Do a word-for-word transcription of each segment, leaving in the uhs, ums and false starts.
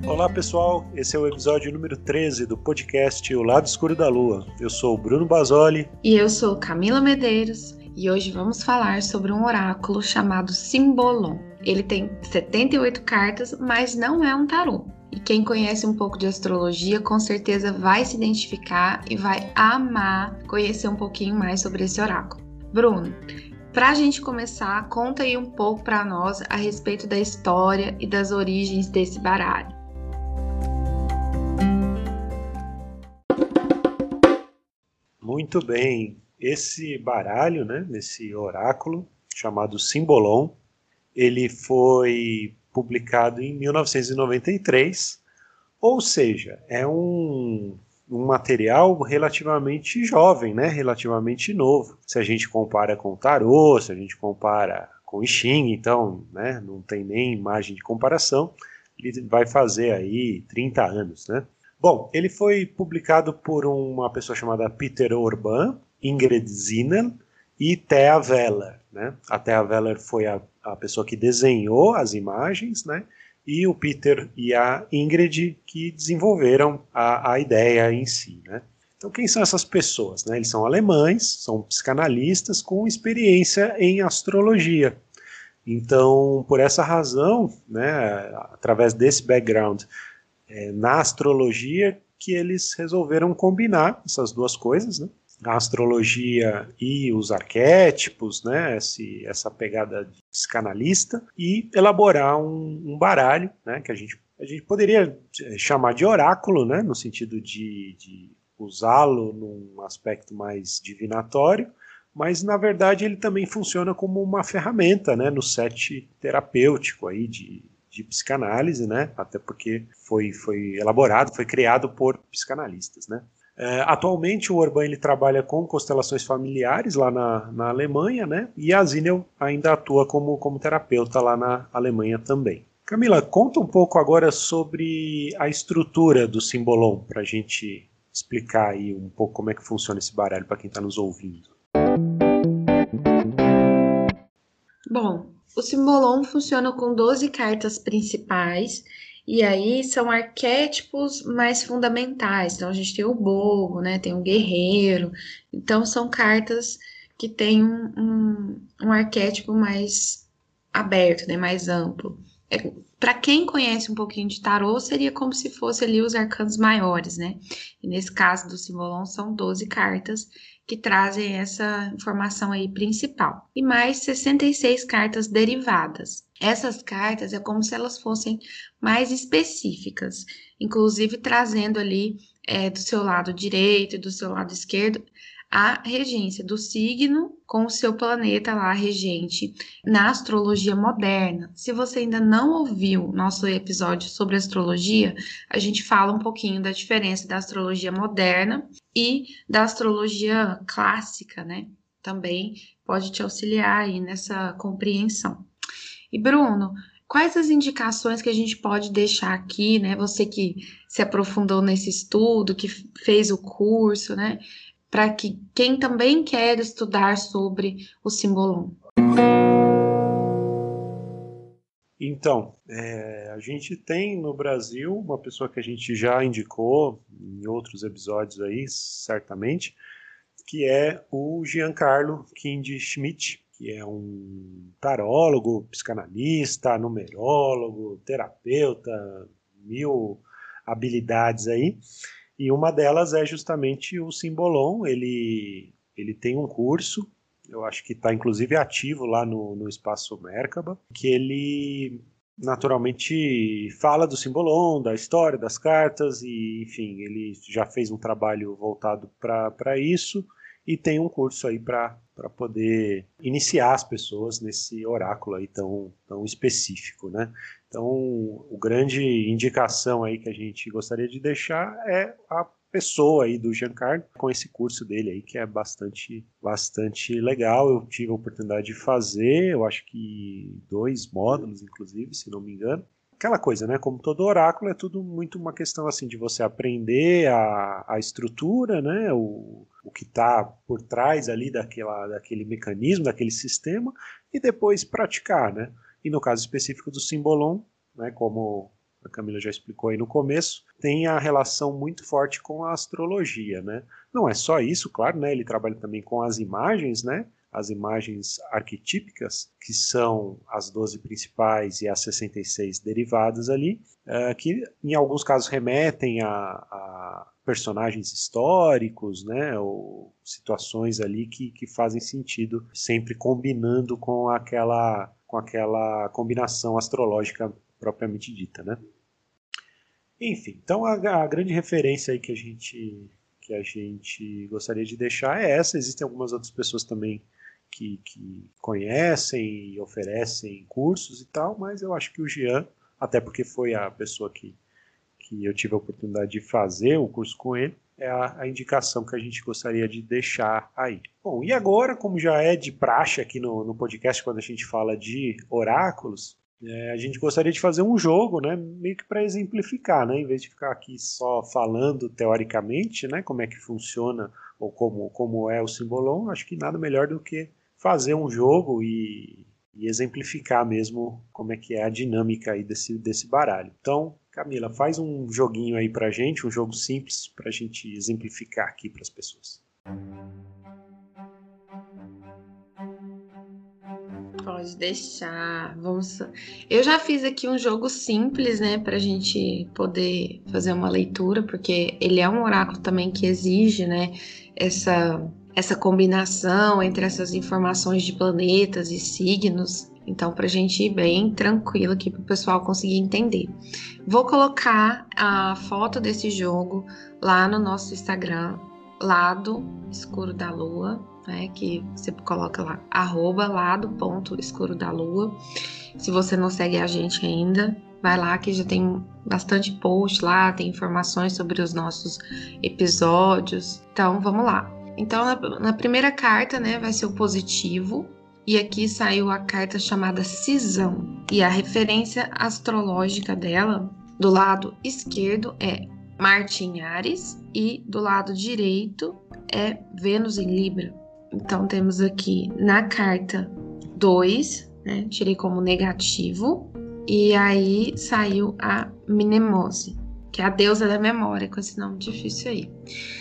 Olá pessoal, esse é o episódio número treze do podcast O Lado Escuro da Lua. Eu sou o Bruno Basoli. E eu sou Camila Medeiros e hoje vamos falar sobre um oráculo chamado Simbolon. Ele tem setenta e oito cartas, mas não é um tarô. E quem conhece um pouco de astrologia com certeza vai se identificar e vai amar conhecer um pouquinho mais sobre esse oráculo. Bruno, para a gente começar, conta aí um pouco para nós a respeito da história e das origens desse baralho. Muito bem, esse baralho, né, esse oráculo chamado Simbolon, ele foi publicado em mil novecentos e noventa e três, ou seja, é um, um material relativamente jovem, né, relativamente novo. Se a gente compara com o tarô, se a gente compara com o I Ching, então, né, não tem nem margem de comparação, ele vai fazer aí trinta anos, né? Bom, ele foi publicado por uma pessoa chamada Peter Urban, Ingrid Zinel e Thea Weller, né? A Thea Weller foi a, a pessoa que desenhou as imagens, né? E o Peter e a Ingrid que desenvolveram a, a ideia em si, né? Então, quem são essas pessoas, né? Eles são alemães, são psicanalistas com experiência em astrologia. Então, por essa razão, né, através desse background, É, na astrologia, que eles resolveram combinar essas duas coisas, né? A astrologia e os arquétipos, né? Esse, essa pegada de psicanalista, e elaborar um, um baralho, né? Que a gente, a gente poderia chamar de oráculo, né? No sentido de, de usá-lo num aspecto mais divinatório, mas na verdade ele também funciona como uma ferramenta, né? No set terapêutico aí de de psicanálise, né? Até porque foi, foi elaborado, foi criado por psicanalistas, né? É, atualmente o Urban ele trabalha com constelações familiares lá na, na Alemanha, né? E a Zinel ainda atua como, como terapeuta lá na Alemanha também. Camila, conta um pouco agora sobre a estrutura do Simbolon, para a gente explicar aí um pouco como é que funciona esse baralho para quem está nos ouvindo. Bom, o Simbolon funciona com doze cartas principais, e aí são arquétipos mais fundamentais. Então, a gente tem o bobo, né? Tem o guerreiro. Então, são cartas que têm um, um, um arquétipo mais aberto, né? Mais amplo. É, para quem conhece um pouquinho de tarô, seria como se fosse ali os arcanos maiores, né? E nesse caso do Simbolon, são doze cartas que trazem essa informação aí principal. E mais sessenta e seis cartas derivadas. Essas cartas é como se elas fossem mais específicas, inclusive trazendo ali é, do seu lado direito e do seu lado esquerdo a regência do signo com o seu planeta lá regente na astrologia moderna. Se você ainda não ouviu nosso episódio sobre astrologia, a gente fala um pouquinho da diferença da astrologia moderna e da astrologia clássica, né? Também pode te auxiliar aí nessa compreensão. E Bruno, quais as indicações que a gente pode deixar aqui, né? Você que se aprofundou nesse estudo, que fez o curso, né? Para que quem também quer estudar sobre o Simbolon. Então, é, a gente tem no Brasil uma pessoa que a gente já indicou em outros episódios aí, certamente, que é o Giancarlo Kind Schmidt, que é um tarólogo, psicanalista, numerólogo, terapeuta, mil habilidades aí. E uma delas é justamente o Simbolon. Ele, ele tem um curso, eu acho que está inclusive ativo lá no, no Espaço Merkaba, que ele naturalmente fala do Simbolon, da história, das cartas, e enfim, ele já fez um trabalho voltado para isso, e tem um curso aí para poder iniciar as pessoas nesse oráculo aí tão, tão específico, né? Então, o grande indicação aí que a gente gostaria de deixar é a pessoa aí do Giancarlo com esse curso dele aí, que é bastante, bastante legal. Eu tive a oportunidade de fazer, eu acho que dois módulos, inclusive, se não me engano. Aquela coisa, né? Como todo oráculo, é tudo muito uma questão assim de você aprender a, a estrutura, né? O, o que está por trás ali daquela, daquele mecanismo, daquele sistema, e depois praticar, né? E no caso específico do Simbolon, né, como a Camila já explicou aí no começo, tem a relação muito forte com a astrologia, né? Não é só isso, claro, né? Ele trabalha também com as imagens, né? As imagens arquetípicas, que são as doze principais e as sessenta e seis derivadas ali, uh, que em alguns casos remetem a, a personagens históricos, né, ou situações ali que, que fazem sentido, sempre combinando com aquela, com aquela combinação astrológica propriamente dita, né? Enfim, então a, a grande referência aí que a gente que a gente gostaria de deixar é essa. Existem algumas outras pessoas também que, que conhecem e oferecem cursos e tal, mas eu acho que o Jean, até porque foi a pessoa que, que eu tive a oportunidade de fazer o curso com ele, é a, a indicação que a gente gostaria de deixar aí. Bom, e agora, como já é de praxe aqui no, no podcast, quando a gente fala de oráculos, é, a gente gostaria de fazer um jogo, né, meio que para exemplificar, né, em vez de ficar aqui só falando teoricamente, né, como é que funciona ou como, como é o Simbolon. Acho que nada melhor do que fazer um jogo e, e exemplificar mesmo como é que é a dinâmica aí desse, desse baralho. Então, Camila, faz um joguinho aí pra gente, um jogo simples pra gente exemplificar aqui para as pessoas. Pode deixar. Vamos. Eu já fiz aqui um jogo simples, né, pra gente poder fazer uma leitura, porque ele é um oráculo também que exige, né, essa essa combinação entre essas informações de planetas e signos. Então, para a gente ir bem tranquilo aqui para o pessoal conseguir entender. Vou colocar a foto desse jogo lá no nosso Instagram, Lado Escuro da Lua, né, que você coloca lá, arroba lado.escuro da lua. Se você não segue a gente ainda, vai lá que já tem bastante post lá, tem informações sobre os nossos episódios. Então, vamos lá. Então, na, na primeira carta, né, vai ser o positivo. E aqui saiu a carta chamada Cisão. E a referência astrológica dela, do lado esquerdo, é Marte em Áries. E do lado direito é Vênus em Libra. Então, temos aqui na carta dois, né, tirei como negativo. E aí saiu a Mnemose, que é a deusa da memória, com esse nome difícil aí.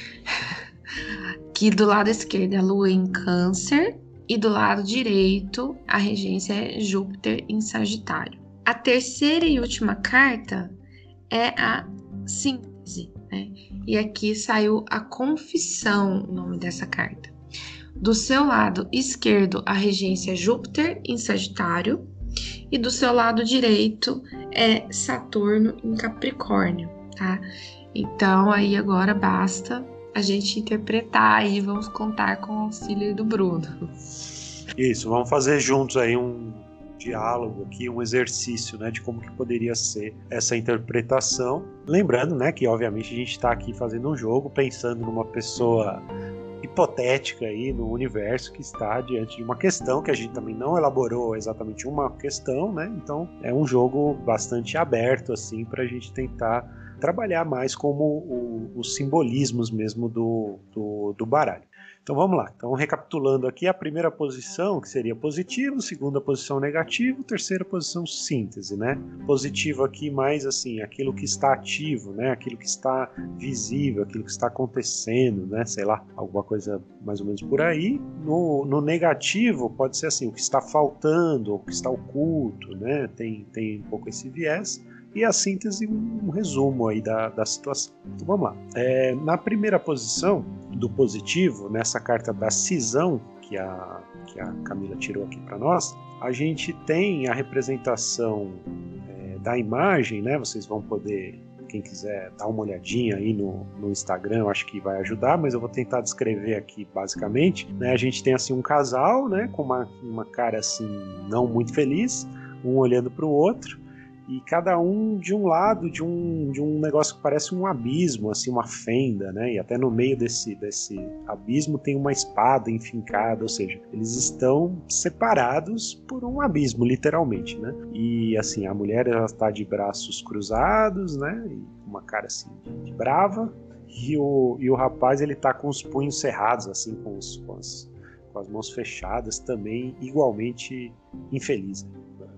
Que do lado esquerdo é a Lua em Câncer e do lado direito a regência é Júpiter em Sagitário. A terceira e última carta é a Síntese, né? E aqui saiu a Confissão, o nome dessa carta. Do seu lado esquerdo a regência é Júpiter em Sagitário e do seu lado direito é Saturno em Capricórnio, tá? Então aí agora basta a gente interpretar e vamos contar com o auxílio do Bruno. Isso, vamos fazer juntos aí um diálogo aqui, um exercício, né, de como que poderia ser essa interpretação. Lembrando, né, que obviamente a gente está aqui fazendo um jogo, pensando numa pessoa hipotética aí no universo que está diante de uma questão que a gente também não elaborou exatamente uma questão, né? Então é um jogo bastante aberto assim para a gente tentar trabalhar mais como o, os simbolismos mesmo do, do, do baralho. Então vamos lá. Então recapitulando aqui, a primeira posição que seria positivo, segunda posição negativo, terceira posição síntese, né? Positivo aqui mais assim, aquilo que está ativo, né? Aquilo que está visível, aquilo que está acontecendo, né? Sei lá, alguma coisa mais ou menos por aí. No, no negativo pode ser assim, o que está faltando, o que está oculto, né? Tem, tem um pouco esse viés. E a síntese, um, um resumo aí da, da situação. Então vamos lá. É, na primeira posição do positivo, nessa carta da cisão, que a, que a Camila tirou aqui para nós, a gente tem a representação é, da imagem, né? Vocês vão poder, quem quiser dar uma olhadinha aí no, no Instagram, eu acho que vai ajudar, mas eu vou tentar descrever aqui basicamente. Né? A gente tem assim um casal, né? Com uma, uma cara assim não muito feliz, um olhando para o outro, e cada um de um lado de um, de um negócio que parece um abismo, assim, uma fenda, né? E até no meio desse, desse abismo tem uma espada enfincada, ou seja, eles estão separados por um abismo, literalmente, né? E assim, a mulher ela está de braços cruzados, né? E uma cara assim de brava, e o, e o rapaz ele está com os punhos cerrados, assim, com, os, com, as, com as mãos fechadas, também igualmente infeliz.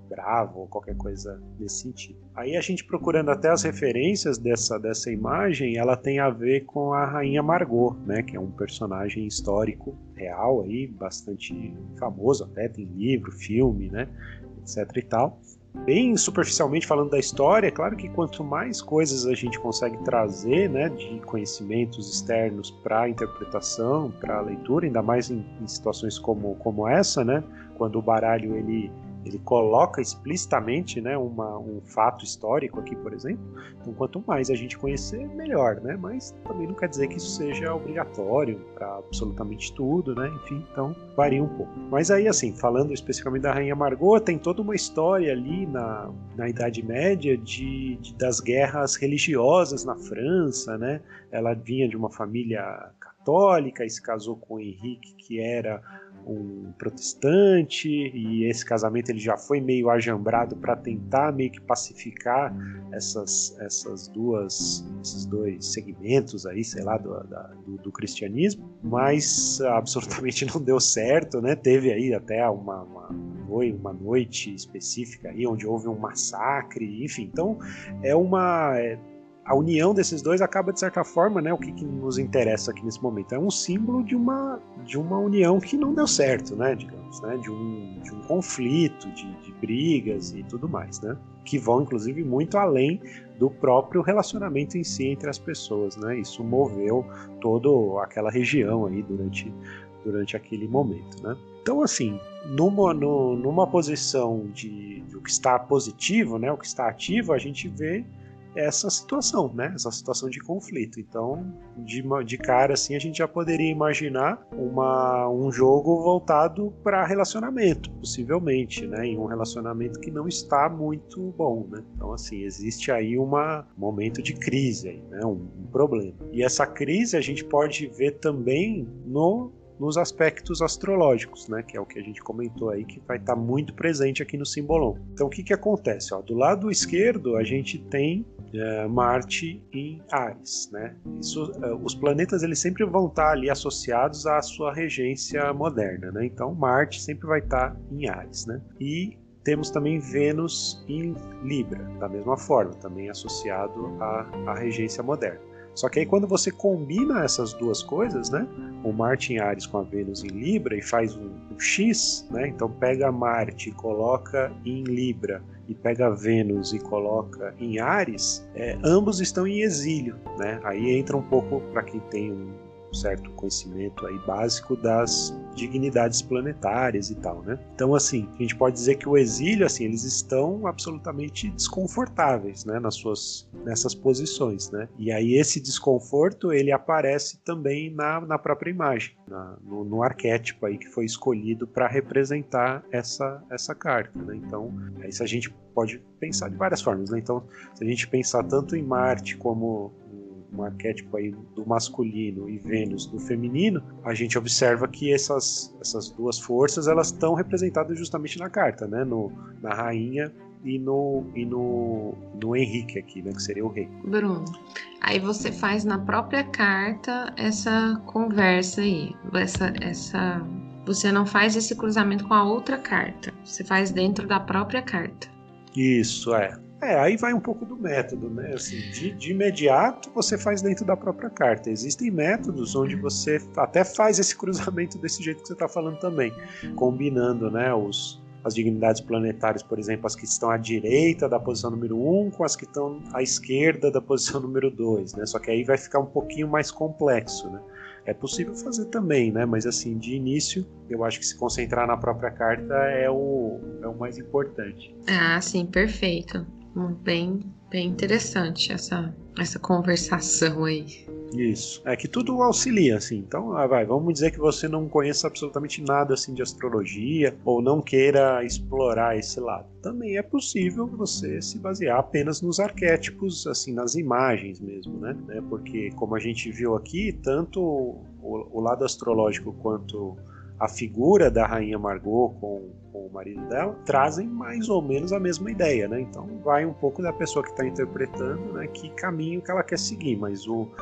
bravo ou qualquer coisa nesse sentido. Aí a gente procurando até as referências dessa, dessa imagem, ela tem a ver com a Rainha Margot, né, que é um personagem histórico real aí, bastante famoso, até tem livro, filme, né, etc e tal. Bem superficialmente falando da história, é claro que quanto mais coisas a gente consegue trazer, né, de conhecimentos externos para a interpretação, para a leitura, ainda mais em, em situações como, como essa, né, quando o baralho ele, ele coloca explicitamente, né, uma, um fato histórico aqui, por exemplo. Então, quanto mais a gente conhecer, melhor, né, mas também não quer dizer que isso seja obrigatório para absolutamente tudo, né, enfim, então varia um pouco. Mas aí, assim, falando especificamente da Rainha Margot, tem toda uma história ali na, na Idade Média de, de, das guerras religiosas na França, né, ela vinha de uma família católica e se casou com o Henrique, que era um protestante, e esse casamento ele já foi meio ajambrado para tentar meio que pacificar essas, essas duas, esses dois segmentos aí, sei lá, do, da, do, do cristianismo, mas absolutamente não deu certo, né? Teve aí até uma, uma, foi uma noite específica aí onde houve um massacre, enfim, então é uma... É, a união desses dois acaba, de certa forma, né, o que, que nos interessa aqui nesse momento, é um símbolo de uma, de uma união que não deu certo, né, digamos, né, de, um, de um conflito, de, de brigas e tudo mais, né, que vão, inclusive, muito além do próprio relacionamento em si entre as pessoas, né, isso moveu toda aquela região aí durante, durante aquele momento, né. Então, assim, numa, no, numa posição de, de o que está positivo, né, o que está ativo, a gente vê essa situação, né? Essa situação de conflito. Então, de, de cara assim, a gente já poderia imaginar uma, um jogo voltado para relacionamento, possivelmente, né? Em um relacionamento que não está muito bom, né? Então, assim, existe aí uma, um momento de crise, aí, né? um, um problema. E essa crise a gente pode ver também no nos aspectos astrológicos, né, que é o que a gente comentou aí, que vai estar muito presente aqui no Simbolon. Então, o que, que acontece? Ó, do lado esquerdo, a gente tem é, Marte em Áries, né? Isso, é, os planetas eles sempre vão estar ali associados à sua regência moderna, né? Então, Marte sempre vai estar em Áries, né? E temos também Vênus em Libra, da mesma forma, também associado à, à regência moderna. Só que aí quando você combina essas duas coisas, né, o Marte em Áries com a Vênus em Libra e faz um, um X, né, então pega Marte e coloca em Libra e pega Vênus e coloca em Áries, é, ambos estão em exílio, né, aí entra um pouco para quem tem um certo conhecimento aí básico das dignidades planetárias e tal, né? Então, assim, a gente pode dizer que o exílio, assim, eles estão absolutamente desconfortáveis, né, nas suas, nessas posições, né? E aí esse desconforto, ele aparece também na, na própria imagem, na, no, no arquétipo aí que foi escolhido para representar essa, essa carta, né? Então, isso a gente pode pensar de várias formas, né? Então, se a gente pensar tanto em Marte como um arquétipo aí do masculino e Vênus do feminino, a gente observa que essas, essas duas forças elas estão representadas justamente na carta, né? No, na rainha e no, e no, no Henrique aqui, né? Que seria o rei. Bruno, aí você faz na própria carta essa conversa aí, essa, essa... você não faz esse cruzamento com a outra carta, você faz dentro da própria carta. Isso, é. É, aí vai um pouco do método, né? Assim, de, de imediato você faz dentro da própria carta. Existem métodos onde você até faz esse cruzamento desse jeito que você está falando também, combinando, né, os, as dignidades planetárias, por exemplo, as que estão à direita da posição número um com as que estão à esquerda da posição número dois, né? Só que aí vai ficar um pouquinho mais complexo, né? É possível fazer também, né? Mas assim, de início, eu acho que se concentrar na própria carta é o, é o mais importante. Ah, sim, perfeito. Bem, bem interessante essa, essa conversação aí. Isso. É que tudo auxilia, assim. Então, ah, vai, vamos dizer que você não conheça absolutamente nada assim de astrologia ou não queira explorar esse lado. Também é possível você se basear apenas nos arquétipos, assim, nas imagens mesmo, né? Porque, como a gente viu aqui, tanto o, o lado astrológico quanto a figura da Rainha Margot com, com o marido dela trazem mais ou menos a mesma ideia, né? Então vai um pouco da pessoa que está interpretando, né, que caminho que ela quer seguir, mas o,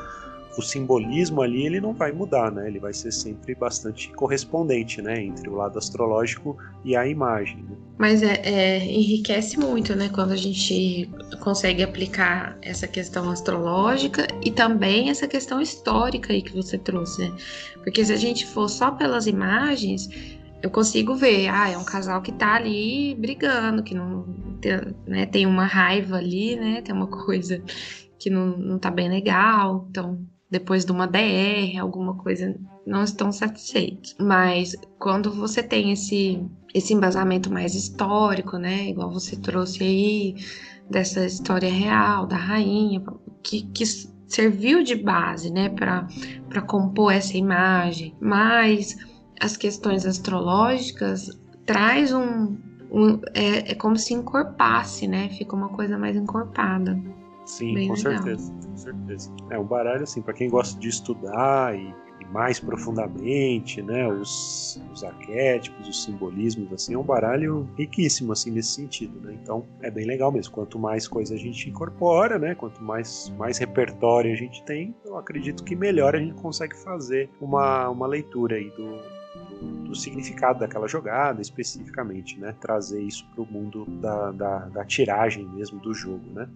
o simbolismo ali ele não vai mudar, né? Ele vai ser sempre bastante correspondente, né? Entre o lado astrológico e a imagem, né? Mas é, é, enriquece muito, né, quando a gente consegue aplicar essa questão astrológica e também essa questão histórica aí que você trouxe, né? Porque se a gente for só pelas imagens, eu consigo ver, ah, é um casal que tá ali brigando, que não tem, né, tem uma raiva ali, né? Tem uma coisa que não, não tá bem legal, então depois de uma D R, alguma coisa, não estão satisfeitos. Mas quando você tem esse, esse embasamento mais histórico, né, igual você trouxe aí, dessa história real da rainha, que, que serviu de base, né, para compor essa imagem, mas as questões astrológicas traz um, um é, é como se encorpasse, né, fica uma coisa mais encorpada. Sim, Bem com legal. certeza, com certeza. É um baralho assim, para quem gosta de estudar e, e mais profundamente, né, os, os arquétipos, os simbolismos, assim, é um baralho riquíssimo assim nesse sentido, né? Então é bem legal mesmo. Quanto mais coisa a gente incorpora, né, quanto mais mais repertório a gente tem, eu acredito que melhor a gente consegue fazer uma, uma leitura aí do, do, do significado daquela jogada especificamente, né? Trazer isso para o mundo da, da, da tiragem mesmo do jogo, né?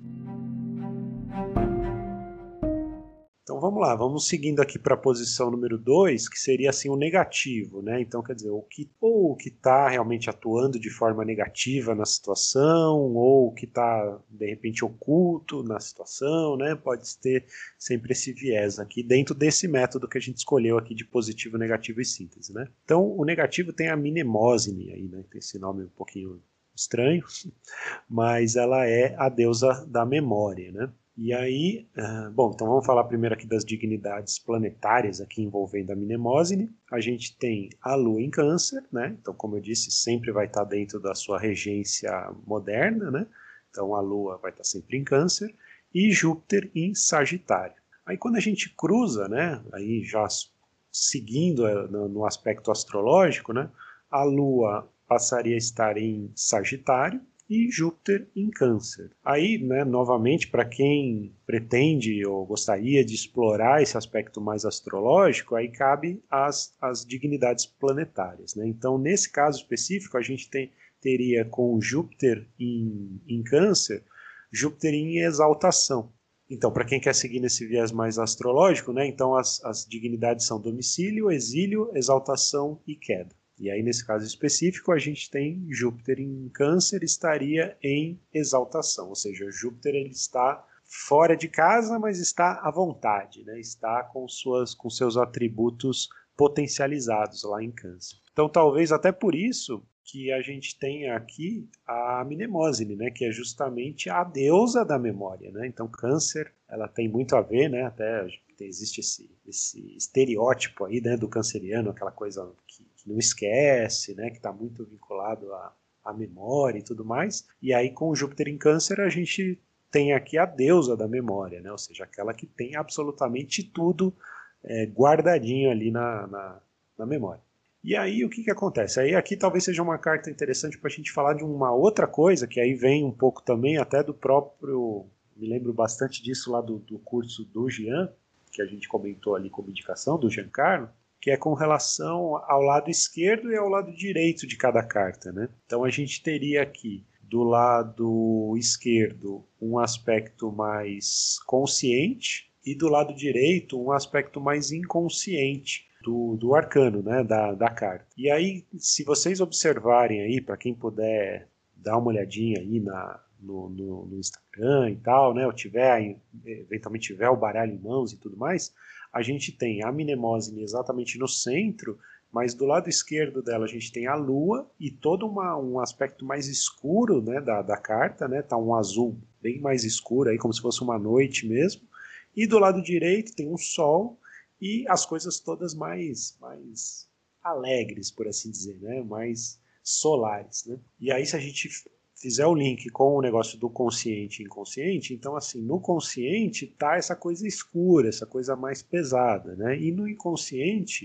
Então vamos lá, vamos seguindo aqui para a posição número dois, que seria assim o negativo, né? Então quer dizer, o que ou o que está realmente atuando de forma negativa na situação, ou o que está de repente oculto na situação, né? Pode ter sempre esse viés aqui dentro desse método que a gente escolheu aqui de positivo, negativo e síntese, né? Então o negativo tem a Mnemosine aí, né? Tem esse nome um pouquinho estranho, mas ela é a deusa da memória, né? E aí, uh, bom, então vamos falar primeiro aqui das dignidades planetárias aqui envolvendo a Mnemosine. A gente tem a Lua em Câncer, né? Então, como eu disse, sempre vai estar dentro da sua regência moderna, né? Então, a Lua vai estar sempre em Câncer e Júpiter em Sagitário. Aí, quando a gente cruza, né? Aí já seguindo uh, no aspecto astrológico, né? A Lua passaria a estar em Sagitário e Júpiter em Câncer. Aí, né, novamente, para quem pretende ou gostaria de explorar esse aspecto mais astrológico, aí cabe as, as dignidades planetárias, né? Então, nesse caso específico, a gente tem, teria com Júpiter em, em Câncer, Júpiter em exaltação. Então, para quem quer seguir nesse viés mais astrológico, né, então as, as dignidades são domicílio, exílio, exaltação e queda. E aí, nesse caso específico, a gente tem Júpiter em Câncer, estaria em exaltação, ou seja, Júpiter ele está fora de casa, mas está à vontade, né? Está com, suas, com seus atributos potencializados lá em Câncer. Então, talvez até por isso que a gente tenha aqui a Mnemosine, né? Que é justamente a deusa da memória, né? Então, Câncer, ela tem muito a ver, né? Até existe esse, esse estereótipo aí, né, do canceriano, aquela coisa que não esquece, né, que está muito vinculado à, à memória e tudo mais. E aí, com o Júpiter em Câncer, a gente tem aqui a deusa da memória, né, ou seja, aquela que tem absolutamente tudo é, guardadinho ali na, na, na memória. E aí, o que, que acontece? Aí aqui talvez seja uma carta interessante para a gente falar de uma outra coisa, que aí vem um pouco também até do próprio... Me lembro bastante disso lá do, do curso do Jean, que a gente comentou ali como indicação, do Giancarlo, que é com relação ao lado esquerdo e ao lado direito de cada carta, né? Então a gente teria aqui do lado esquerdo um aspecto mais consciente e do lado direito um aspecto mais inconsciente do, do arcano, né? Da, da carta. E aí, se vocês observarem aí, para quem puder dar uma olhadinha aí na, no, no, no Instagram e tal, né? Ou tiver, eventualmente tiver o baralho em mãos e tudo mais, a gente tem a Mnemosine exatamente no centro, mas do lado esquerdo dela a gente tem a Lua e todo uma, um aspecto mais escuro, né, da, da carta, né, tá um azul bem mais escuro, aí, como se fosse uma noite mesmo, e do lado direito tem um Sol e as coisas todas mais, mais alegres, por assim dizer, né, mais solares. Né? E aí se a gente fizer o link com o negócio do consciente e inconsciente, então assim, no consciente tá essa coisa escura, essa coisa mais pesada, né? E no inconsciente,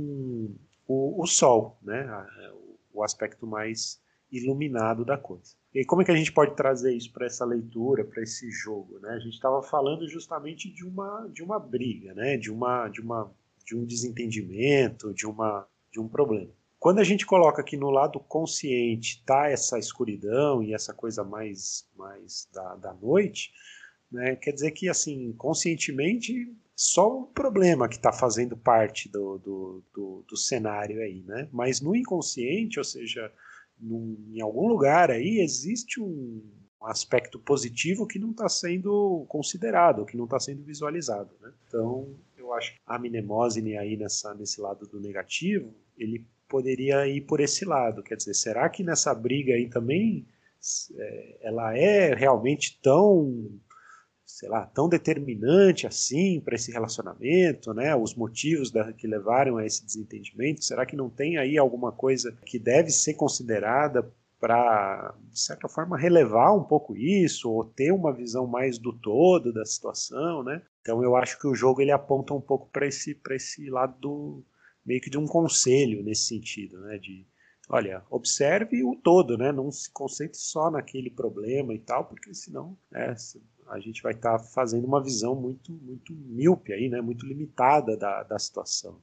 um, o, o sol, né? O aspecto mais iluminado da coisa. E aí, como é que a gente pode trazer isso para essa leitura, para esse jogo, né? A gente estava falando justamente de uma, de uma briga, né? De, uma, de, uma, de um desentendimento, de, uma, de um problema. Quando a gente coloca aqui no lado consciente, tá essa escuridão e essa coisa mais, mais da, da noite, né, quer dizer que, assim, conscientemente, só o problema que está fazendo parte do, do, do, do cenário aí, né? Mas no inconsciente, ou seja, num, em algum lugar aí, existe um, um aspecto positivo que não está sendo considerado, que não está sendo visualizado, né? Então, eu acho que a mnemosine aí nessa, nesse lado do negativo, ele poderia ir por esse lado, quer dizer, será que nessa briga aí também é, ela é realmente tão, sei lá, tão determinante assim para esse relacionamento, né? Os motivos da, que levaram a esse desentendimento, será que não tem aí alguma coisa que deve ser considerada para, de certa forma, relevar um pouco isso, ou ter uma visão mais do todo da situação, né? Então eu acho que o jogo ele aponta um pouco para esse, para esse lado do, meio que de um conselho nesse sentido, né? De, olha, observe o todo, né? Não se concentre só naquele problema e tal, porque senão, né, a gente vai estar tá fazendo uma visão muito, muito míope aí, né? Muito limitada da, da situação.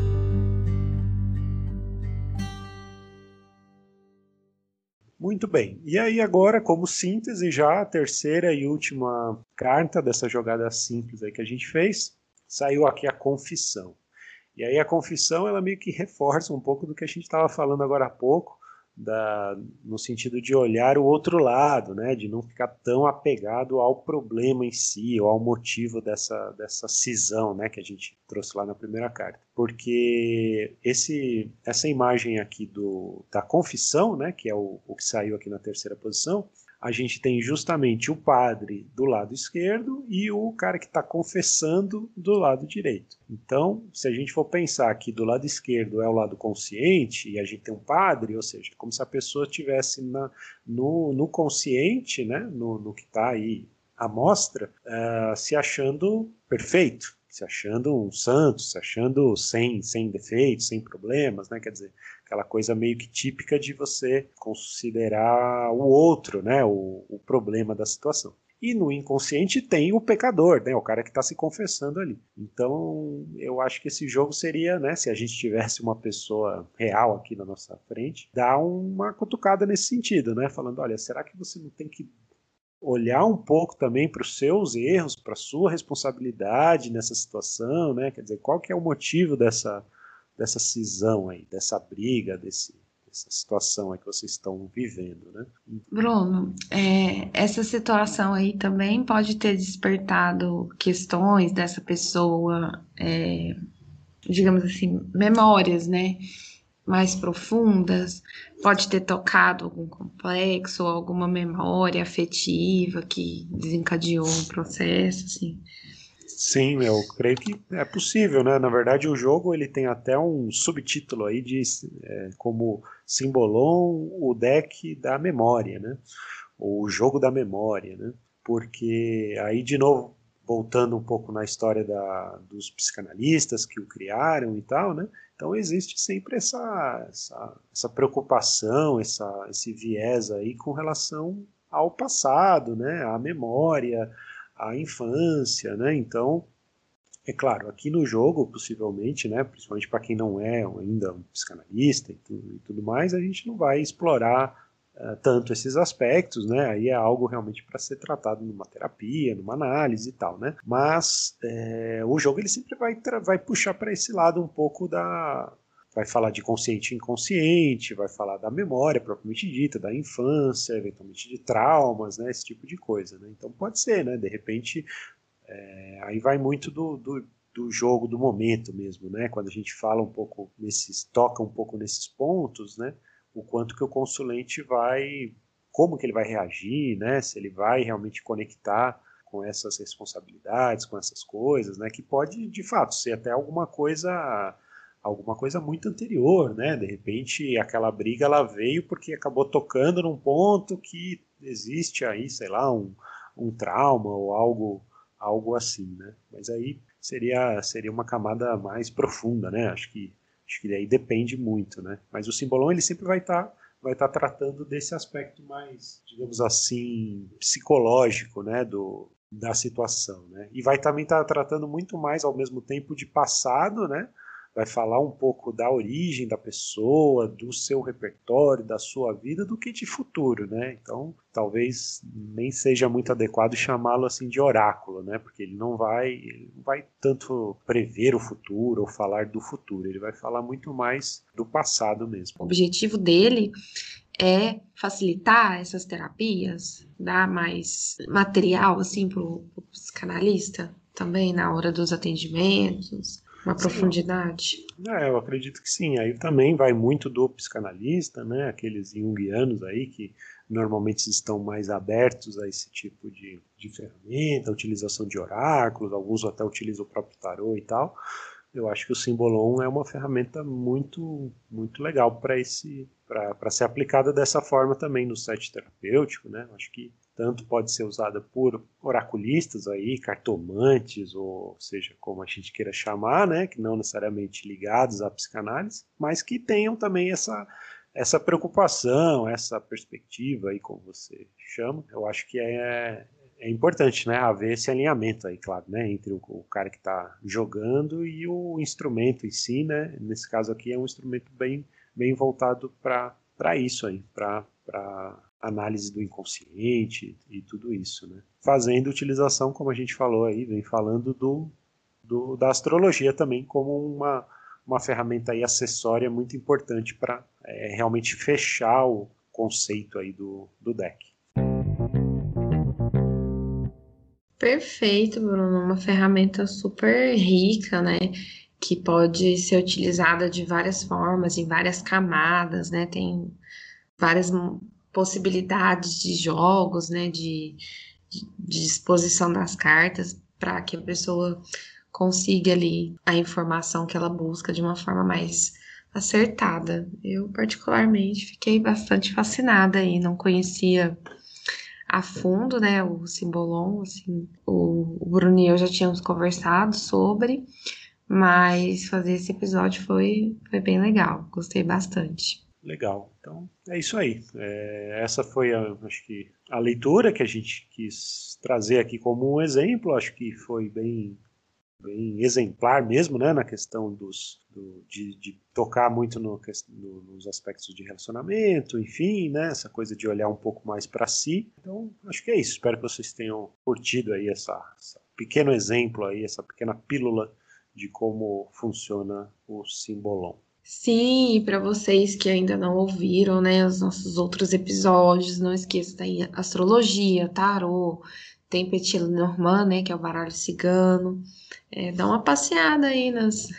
Muito bem. E aí agora, como síntese, já a terceira e última carta dessa jogada simples aí que a gente fez, saiu aqui a confissão. E aí a confissão, ela meio que reforça um pouco do que a gente estava falando agora há pouco, da, no sentido de olhar o outro lado, né, de não ficar tão apegado ao problema em si, ou ao motivo dessa, dessa cisão, né, que a gente trouxe lá na primeira carta. Porque esse, essa imagem aqui do, da confissão, né, que é o, o que saiu aqui na terceira posição, a gente tem justamente o padre do lado esquerdo e o cara que está confessando do lado direito. Então, se a gente for pensar que do lado esquerdo é o lado consciente e a gente tem um padre, ou seja, como se a pessoa estivesse no, no consciente, né, no, no que está aí à mostra, uh, se achando perfeito, se achando um santo, se achando sem, sem defeitos, sem problemas, né? Quer dizer, aquela coisa meio que típica de você considerar o outro, né? O, o problema da situação. E no inconsciente tem o pecador, né? O cara que está se confessando ali. Então, eu acho que esse jogo seria, né? Se a gente tivesse uma pessoa real aqui na nossa frente, dar uma cutucada nesse sentido, né? Falando, olha, será que você não tem que olhar um pouco também para os seus erros, para a sua responsabilidade nessa situação, né? Quer dizer, qual que é o motivo dessa, dessa cisão aí, dessa briga, desse, dessa situação aí que vocês estão vivendo, né? Bruno, é, essa situação aí também pode ter despertado questões dessa pessoa, é, digamos assim, memórias, né? Mais profundas, pode ter tocado algum complexo ou alguma memória afetiva que desencadeou um processo, assim. Sim, eu creio que é possível, né? Na verdade, o jogo ele tem até um subtítulo aí de é, como Simbolon, o deck da memória, né? Ou o jogo da memória, né? Porque aí de novo voltando um pouco na história da, dos psicanalistas que o criaram e tal, né? Então existe sempre essa, essa, essa preocupação, essa, esse viés aí com relação ao passado, né? À memória, à infância, né? Então, é claro, aqui no jogo, possivelmente, né? Principalmente para quem não é ainda um psicanalista e tudo, e tudo mais, a gente não vai explorar Uh, tanto esses aspectos, né? Aí é algo realmente para ser tratado numa terapia, numa análise e tal, né? Mas é, o jogo ele sempre vai, vai puxar para esse lado um pouco da, vai falar de consciente e inconsciente, vai falar da memória propriamente dita, da infância, eventualmente de traumas, né? Esse tipo de coisa, né? Então pode ser, né? De repente, é, aí vai muito do, do do jogo, do momento mesmo, né? Quando a gente fala um pouco nesses, toca um pouco nesses pontos, né? O quanto que o consulente vai, como que ele vai reagir, né? Se ele vai realmente conectar com essas responsabilidades, com essas coisas, né? Que pode, de fato, ser até alguma coisa, alguma coisa muito anterior, né? De repente, aquela briga ela veio porque acabou tocando num ponto que existe aí, sei lá, um, um trauma ou algo, algo assim, né? Mas aí seria, seria uma camada mais profunda, né? Acho que Acho que daí depende muito, né? Mas o Simbolon ele sempre vai estar tá vai estar tratando desse aspecto mais, digamos assim, psicológico, né, do, da situação, né? E vai também estar tratando muito mais ao mesmo tempo de passado, né? Vai falar um pouco da origem da pessoa, do seu repertório, da sua vida, do que de futuro, né? Então, talvez nem seja muito adequado chamá-lo assim de oráculo, né? Porque ele não vai, ele não vai tanto prever o futuro ou falar do futuro, ele vai falar muito mais do passado mesmo. O objetivo dele é facilitar essas terapias, dar mais material assim para o psicanalista também na hora dos atendimentos, uma Sim. Profundidade. É, eu acredito que sim. Aí também vai muito do psicanalista, né? Aqueles junguianos aí que normalmente estão mais abertos a esse tipo de, de ferramenta, a utilização de oráculos, alguns até utilizam o próprio tarô e tal. Eu acho que o Symbolon é uma ferramenta muito, muito legal para esse, para ser aplicada dessa forma também no set terapêutico, né? Eu acho que tanto pode ser usada por oraculistas aí, cartomantes, ou seja, como a gente queira chamar, né? Que não necessariamente ligados à psicanálise, mas que tenham também essa essa preocupação, essa perspectiva aí, como você chama. Eu acho que é É importante, né, haver esse alinhamento aí, claro, né, entre o, o cara que está jogando e o instrumento em si, né, nesse caso aqui é um instrumento bem, bem voltado para isso aí, para análise do inconsciente e tudo isso, né, fazendo utilização, como a gente falou aí, vem falando do, do, da astrologia também como uma, uma ferramenta aí acessória muito importante para é, realmente fechar o conceito aí do, do deck. Perfeito, Bruno. Uma ferramenta super rica, né? Que pode ser utilizada de várias formas, em várias camadas, né? Tem várias possibilidades de jogos, né? De, de, de exposição das cartas para que a pessoa consiga ali a informação que ela busca de uma forma mais acertada. Eu, particularmente, fiquei bastante fascinada aí, não conhecia a fundo, né, o Symbolon, assim, o, o Bruno e eu já tínhamos conversado sobre, mas fazer esse episódio foi, foi bem legal, gostei bastante. Legal, então é isso aí. É, essa foi, a, acho que, a leitura que a gente quis trazer aqui como um exemplo. Acho que foi bem, bem exemplar mesmo, né, na questão dos, do, de, de tocar muito no, no, nos aspectos de relacionamento, enfim, né, essa coisa de olhar um pouco mais para si. Então, acho que é isso. Espero que vocês tenham curtido aí essa, essa pequeno exemplo aí, essa pequena pílula de como funciona o Symbolon. Sim, e para vocês que ainda não ouviram, né, os nossos outros episódios, não esqueça daí astrologia, tarô, tem Petit Lenormand, né, que é o baralho cigano. É, dá uma passeada aí nas,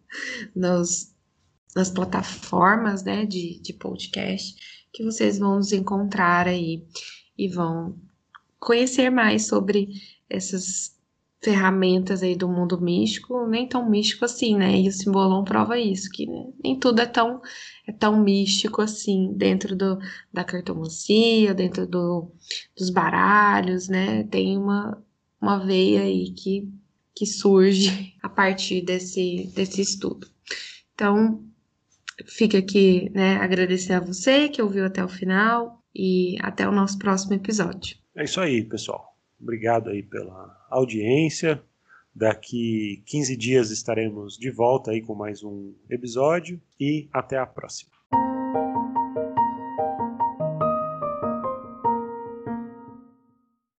nas, nas plataformas, né, de, de podcast que vocês vão nos encontrar aí e vão conhecer mais sobre essas ferramentas aí do mundo místico, nem tão místico assim, né? E o Symbolon prova isso, que né, nem tudo é tão, é tão místico assim, dentro do, da cartomancia, dentro do, dos baralhos, né? Tem uma, uma veia aí que, que surge a partir desse, desse estudo. Então, fica aqui, né, agradecer a você que ouviu até o final e até o nosso próximo episódio. É isso aí, pessoal. Obrigado aí pela audiência. Daqui quinze dias estaremos de volta aí com mais um episódio e até a próxima.